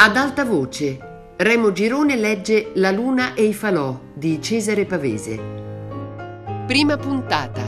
Ad alta voce, Remo Girone legge La luna e i falò di Cesare Pavese. Prima puntata.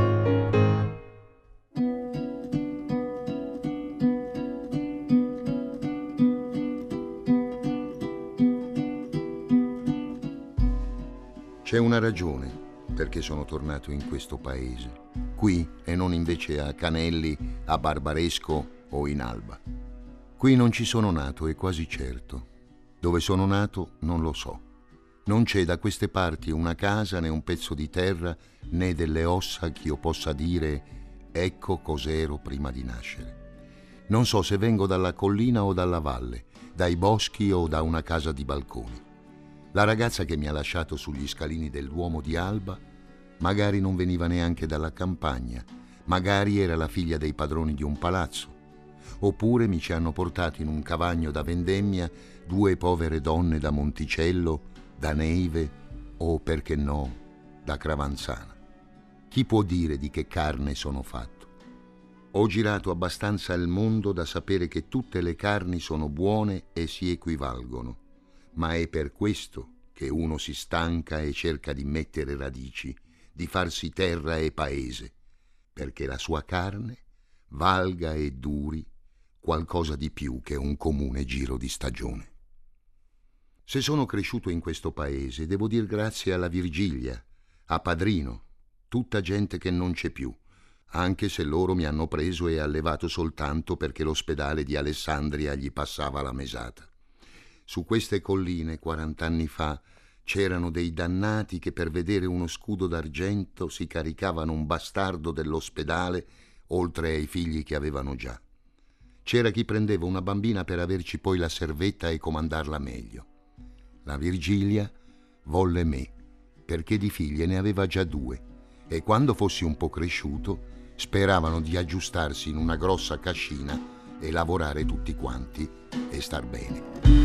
C'è una ragione perché sono tornato in questo paese, qui e non invece a Canelli, a Barbaresco o in Alba. Qui non ci sono nato, è quasi certo. Dove sono nato non lo so. Non c'è da queste parti una casa né un pezzo di terra né delle ossa ch'io possa dire ecco cos'ero prima di nascere. Non so se vengo dalla collina o dalla valle, dai boschi o da una casa di balconi. La ragazza che mi ha lasciato sugli scalini del Duomo di Alba magari non veniva neanche dalla campagna, magari era la figlia dei padroni di un palazzo. Oppure mi ci hanno portato in un cavagno da vendemmia due povere donne da Monticello, da Neive o, perché no, da Cravanzana. Chi può dire di che carne sono fatto? Ho girato abbastanza il mondo da sapere che tutte le carni sono buone e si equivalgono, ma è per questo che uno si stanca e cerca di mettere radici, di farsi terra e paese, perché la sua carne valga e duri qualcosa di più che un comune giro di stagione. Se sono cresciuto in questo paese, devo dir grazie alla Virgilia, a Padrino, tutta gente che non c'è più, anche se loro mi hanno preso e allevato soltanto perché l'ospedale di Alessandria gli passava la mesata. Su queste colline, 40 anni fa, c'erano dei dannati che per vedere uno scudo d'argento si caricavano un bastardo dell'ospedale oltre ai figli che avevano già. C'era chi prendeva una bambina per averci poi la servetta e comandarla meglio. La Virgilia volle me, perché di figlie ne aveva già 2, e quando fossi un po' cresciuto speravano di aggiustarsi in una grossa cascina e lavorare tutti quanti e star bene.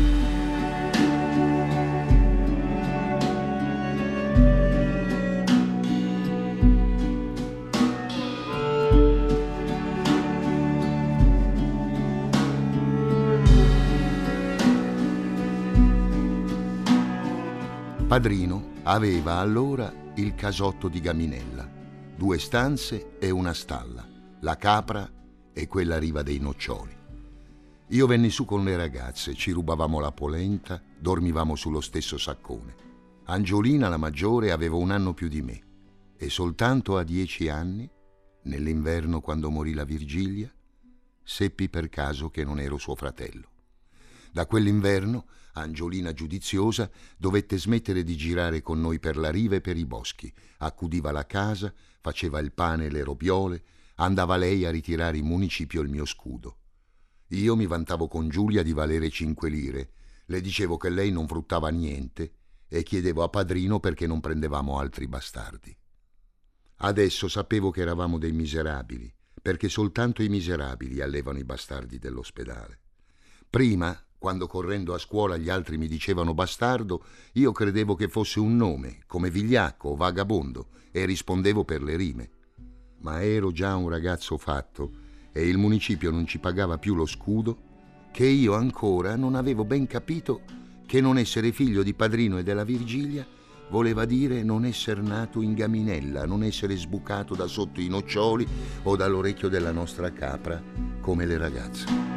Padrino aveva allora il casotto di Gaminella, 2 stanze e una stalla, la capra e quella riva dei noccioli. Io venni su con le ragazze, ci rubavamo la polenta, dormivamo sullo stesso saccone. Angiolina, la maggiore, aveva 1 anno più di me e soltanto a 10 anni, nell'inverno quando morì la Virgilia, seppi per caso che non ero suo fratello. Da quell'inverno Angiolina giudiziosa dovette smettere di girare con noi per la riva e per i boschi, accudiva la casa, faceva il pane e le robiole, andava lei a ritirare in municipio il mio scudo. Io mi vantavo con Giulia di valere 5 lire, le dicevo che lei non fruttava niente e chiedevo a Padrino perché non prendevamo altri bastardi. Adesso sapevo che eravamo dei miserabili, perché soltanto i miserabili allevano i bastardi dell'ospedale. Prima, quando correndo a scuola gli altri mi dicevano bastardo, io credevo che fosse un nome, come vigliacco o vagabondo, e rispondevo per le rime. Ma ero già un ragazzo fatto e il municipio non ci pagava più lo scudo, che io ancora non avevo ben capito che non essere figlio di Padrino e della Virgilia voleva dire non essere nato in Gaminella, non essere sbucato da sotto i noccioli o dall'orecchio della nostra capra come le ragazze.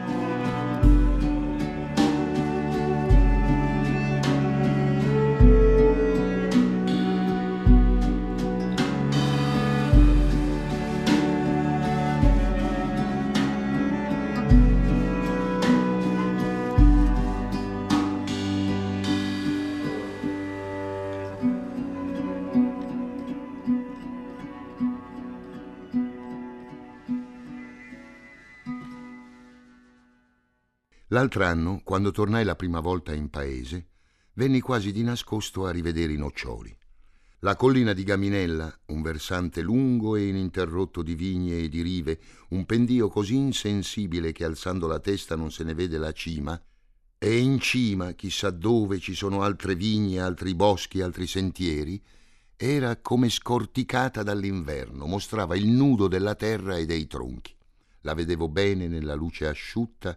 L'altro anno, quando tornai la prima volta in paese, venni quasi di nascosto a rivedere i noccioli. La collina di Gaminella, un versante lungo e ininterrotto di vigne e di rive, un pendio così insensibile che alzando la testa non se ne vede la cima, e in cima, chissà dove, ci sono altre vigne, altri boschi, altri sentieri, era come scorticata dall'inverno, mostrava il nudo della terra e dei tronchi. La vedevo bene nella luce asciutta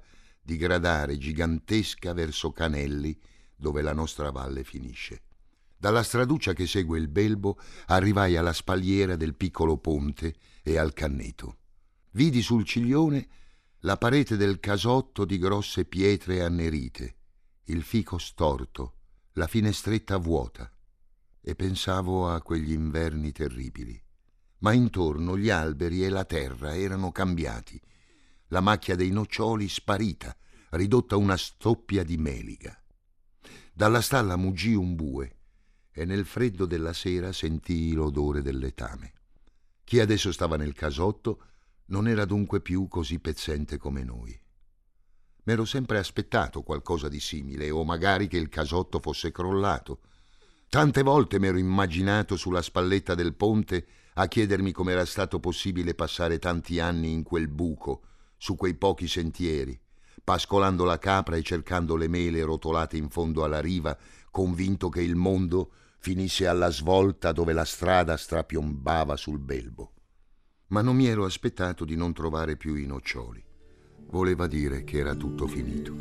digradare gigantesca verso Canelli, dove la nostra valle finisce. Dalla straduccia che segue il Belbo arrivai alla spalliera del piccolo ponte e al canneto. Vidi sul ciglione la parete del casotto di grosse pietre annerite, il fico storto, la finestretta vuota, e pensavo a quegli inverni terribili. Ma intorno gli alberi e la terra erano cambiati, la macchia dei noccioli sparita, ridotta una stoppia di meliga. Dalla stalla muggì un bue e nel freddo della sera sentii l'odore del letame. Chi adesso stava nel casotto non era dunque più così pezzente come noi. M'ero sempre aspettato qualcosa di simile, o magari che il casotto fosse crollato. Tante volte m'ero immaginato sulla spalletta del ponte a chiedermi com'era stato possibile passare tanti anni in quel buco, su quei pochi sentieri, pascolando la capra e cercando le mele rotolate in fondo alla riva, convinto che il mondo finisse alla svolta dove la strada strapiombava sul Belbo. Ma non mi ero aspettato di non trovare più i noccioli. Voleva dire che era tutto finito.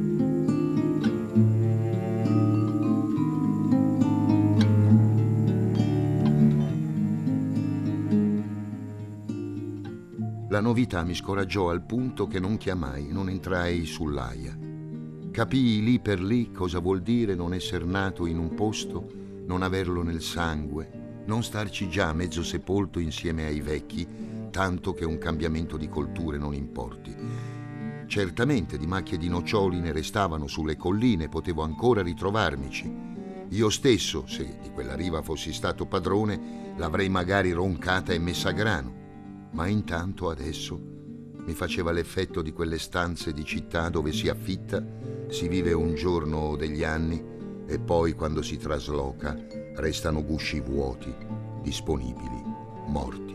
La novità mi scoraggiò al punto che non chiamai, non entrai sull'Aia. Capii lì per lì cosa vuol dire non esser nato in un posto, non averlo nel sangue, non starci già mezzo sepolto insieme ai vecchi, tanto che un cambiamento di colture non importi. Certamente di macchie di noccioli ne restavano sulle colline, potevo ancora ritrovarmici. Io stesso, se di quella riva fossi stato padrone, l'avrei magari roncata e messa a grano. Ma intanto adesso mi faceva l'effetto di quelle stanze di città dove si affitta, si vive un giorno o degli anni e poi quando si trasloca restano gusci vuoti, disponibili, morti.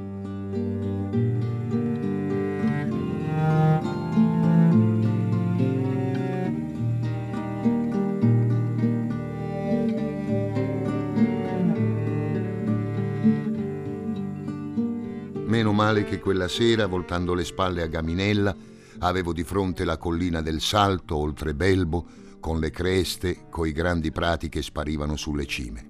Meno male che quella sera, voltando le spalle a Gaminella, avevo di fronte la collina del Salto, oltre Belbo, con le creste, coi grandi prati che sparivano sulle cime.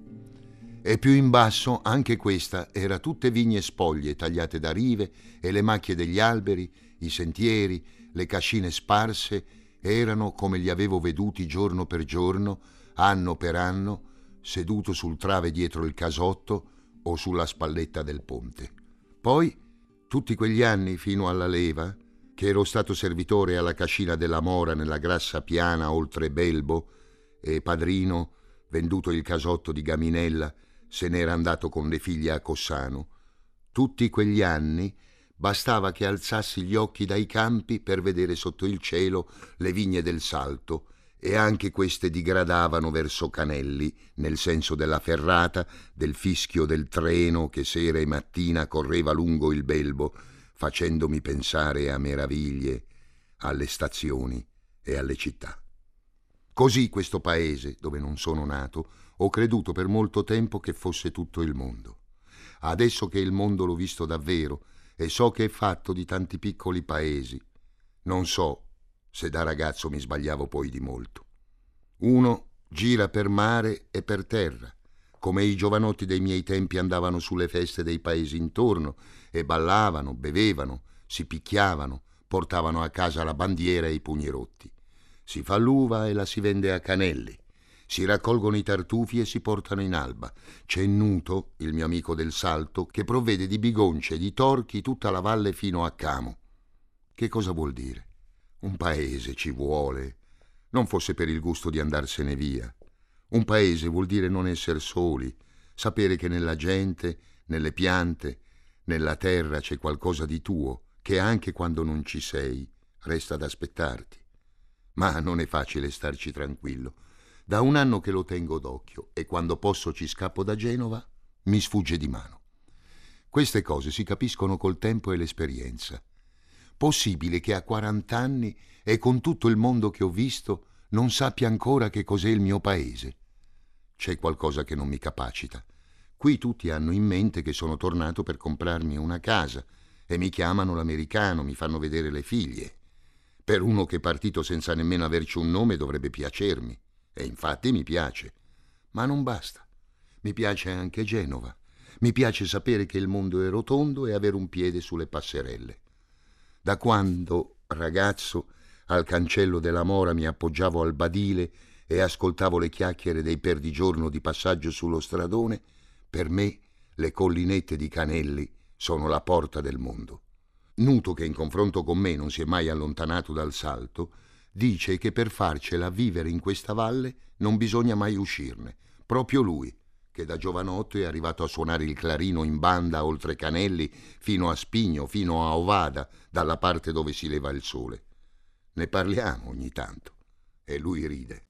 E più in basso, anche questa, era tutte vigne spoglie tagliate da rive e le macchie degli alberi, i sentieri, le cascine sparse, erano come li avevo veduti giorno per giorno, anno per anno, seduto sul trave dietro il casotto o sulla spalletta del ponte. Poi, tutti quegli anni fino alla leva, che ero stato servitore alla cascina della Mora nella grassa piana oltre Belbo e padrino, venduto il casotto di Gaminella, se n'era andato con le figlie a Cossano. Tutti quegli anni bastava che alzassi gli occhi dai campi per vedere sotto il cielo le vigne del Salto, e anche queste digradavano verso Canelli, nel senso della ferrata, del fischio del treno che sera e mattina correva lungo il Belbo, facendomi pensare a meraviglie, alle stazioni e alle città. Così questo paese, dove non sono nato, ho creduto per molto tempo che fosse tutto il mondo. Adesso che il mondo l'ho visto davvero e so che è fatto di tanti piccoli paesi, non so se da ragazzo mi sbagliavo poi di molto. Uno gira per mare e per terra, come i giovanotti dei miei tempi andavano sulle feste dei paesi intorno e ballavano, bevevano, si picchiavano, portavano a casa la bandiera e i pugni rotti. Si fa l'uva e la si vende a Canelli, si raccolgono i tartufi e si portano in alba. C'è Nuto, il mio amico del Salto, che provvede di bigonce e di torchi tutta la valle fino a Camo. Che cosa vuol dire? Un paese ci vuole, non fosse per il gusto di andarsene via. Un paese vuol dire non essere soli, sapere che nella gente, nelle piante, nella terra c'è qualcosa di tuo, che anche quando non ci sei, resta ad aspettarti. Ma non è facile starci tranquillo. Da un anno che lo tengo d'occhio e quando posso ci scappo da Genova, mi sfugge di mano. Queste cose si capiscono col tempo e l'esperienza. Possibile che a 40 anni e con tutto il mondo che ho visto non sappia ancora che cos'è il mio paese? C'è qualcosa che non mi capacita. Qui tutti hanno in mente che sono tornato per comprarmi una casa e mi chiamano l'americano, mi fanno vedere le figlie. Per uno che è partito senza nemmeno averci un nome dovrebbe piacermi, e infatti mi piace. Ma non basta. Mi piace anche Genova. Mi piace sapere che il mondo è rotondo e avere un piede sulle passerelle. Da quando, ragazzo, al cancello della Mora mi appoggiavo al badile e ascoltavo le chiacchiere dei perdigiorno di passaggio sullo stradone, per me le collinette di Canelli sono la porta del mondo. Nuto, che in confronto con me non si è mai allontanato dal Salto, dice che per farcela vivere in questa valle non bisogna mai uscirne. Proprio lui, che da giovanotto è arrivato a suonare il clarino in banda oltre Canelli fino a Spigno, fino a Ovada, dalla parte dove si leva il sole. Ne parliamo ogni tanto e lui ride.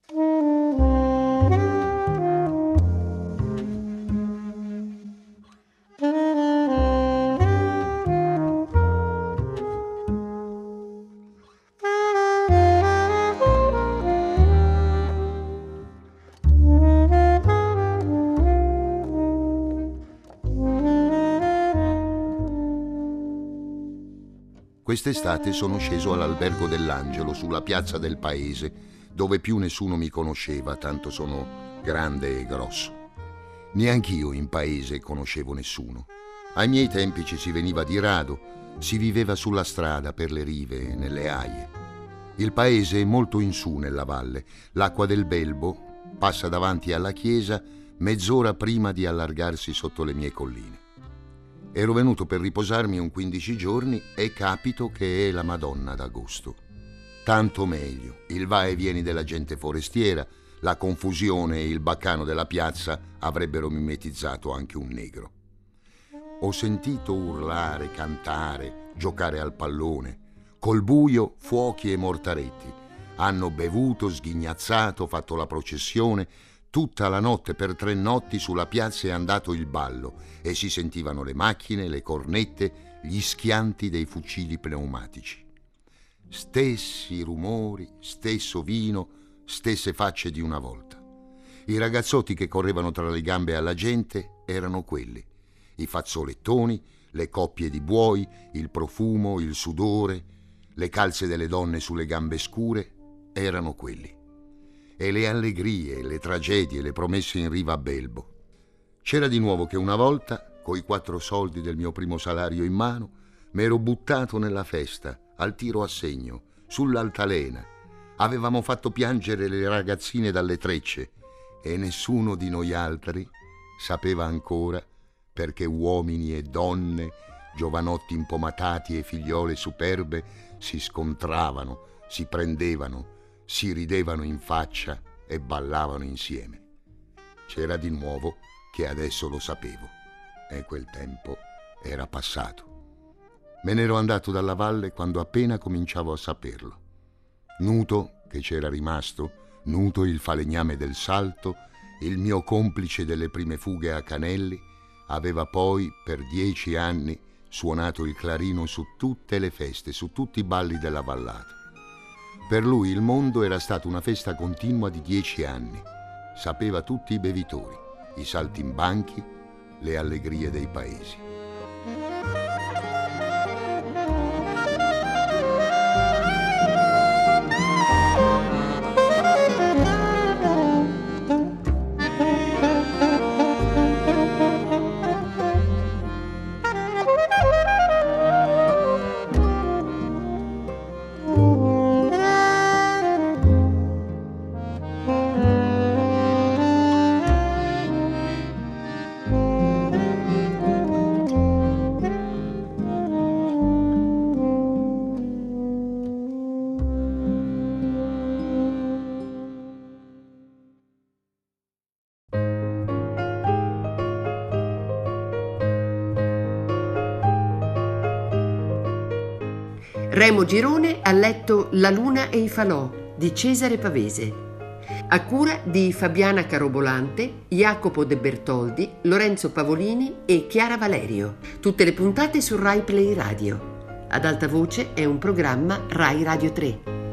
Quest'estate sono sceso all'Albergo dell'Angelo, sulla piazza del paese, dove più nessuno mi conosceva, tanto sono grande e grosso. Neanch'io in paese conoscevo nessuno. Ai miei tempi ci si veniva di rado, si viveva sulla strada, per le rive e nelle aie. Il paese è molto in su nella valle. L'acqua del Belbo passa davanti alla chiesa mezz'ora prima di allargarsi sotto le mie colline. Ero venuto per riposarmi un 15 giorni e capito che è la Madonna d'agosto. Tanto meglio, il va e vieni della gente forestiera, la confusione e il baccano della piazza avrebbero mimetizzato anche un negro. Ho sentito urlare, cantare, giocare al pallone. Col buio, fuochi e mortaretti. Hanno bevuto, sghignazzato, fatto la processione. Tutta la notte, per 3 notti, sulla piazza è andato il ballo e si sentivano le macchine, le cornette, gli schianti dei fucili pneumatici. Stessi rumori, stesso vino, stesse facce di una volta. I ragazzotti che correvano tra le gambe alla gente erano quelli. I fazzolettoni, le coppie di buoi, il profumo, il sudore, le calze delle donne sulle gambe scure erano quelli. E le allegrie, le tragedie, le promesse in riva a Belbo. C'era di nuovo che una volta, coi 4 soldi del mio primo salario in mano, m'ero buttato nella festa, al tiro a segno, sull'altalena. Avevamo fatto piangere le ragazzine dalle trecce e nessuno di noi altri sapeva ancora perché uomini e donne, giovanotti impomatati e figliole superbe si scontravano, si prendevano, si ridevano in faccia e ballavano insieme. C'era di nuovo che adesso lo sapevo e quel tempo era passato. Me n'ero andato dalla valle quando appena cominciavo a saperlo. Nuto, che c'era rimasto, Nuto il falegname del Salto, il mio complice delle prime fughe a Canelli, aveva poi per 10 anni suonato il clarino su tutte le feste, su tutti i balli della vallata. Per lui il mondo era stata una festa continua di 10 anni. Sapeva tutti i bevitori, i saltimbanchi, le allegrie dei paesi. Remo Girone ha letto La luna e i falò di Cesare Pavese, a cura di Fabiana Carobolante, Jacopo De Bertoldi, Lorenzo Pavolini e Chiara Valerio. Tutte le puntate su Rai Play Radio. Ad alta voce è un programma Rai Radio 3.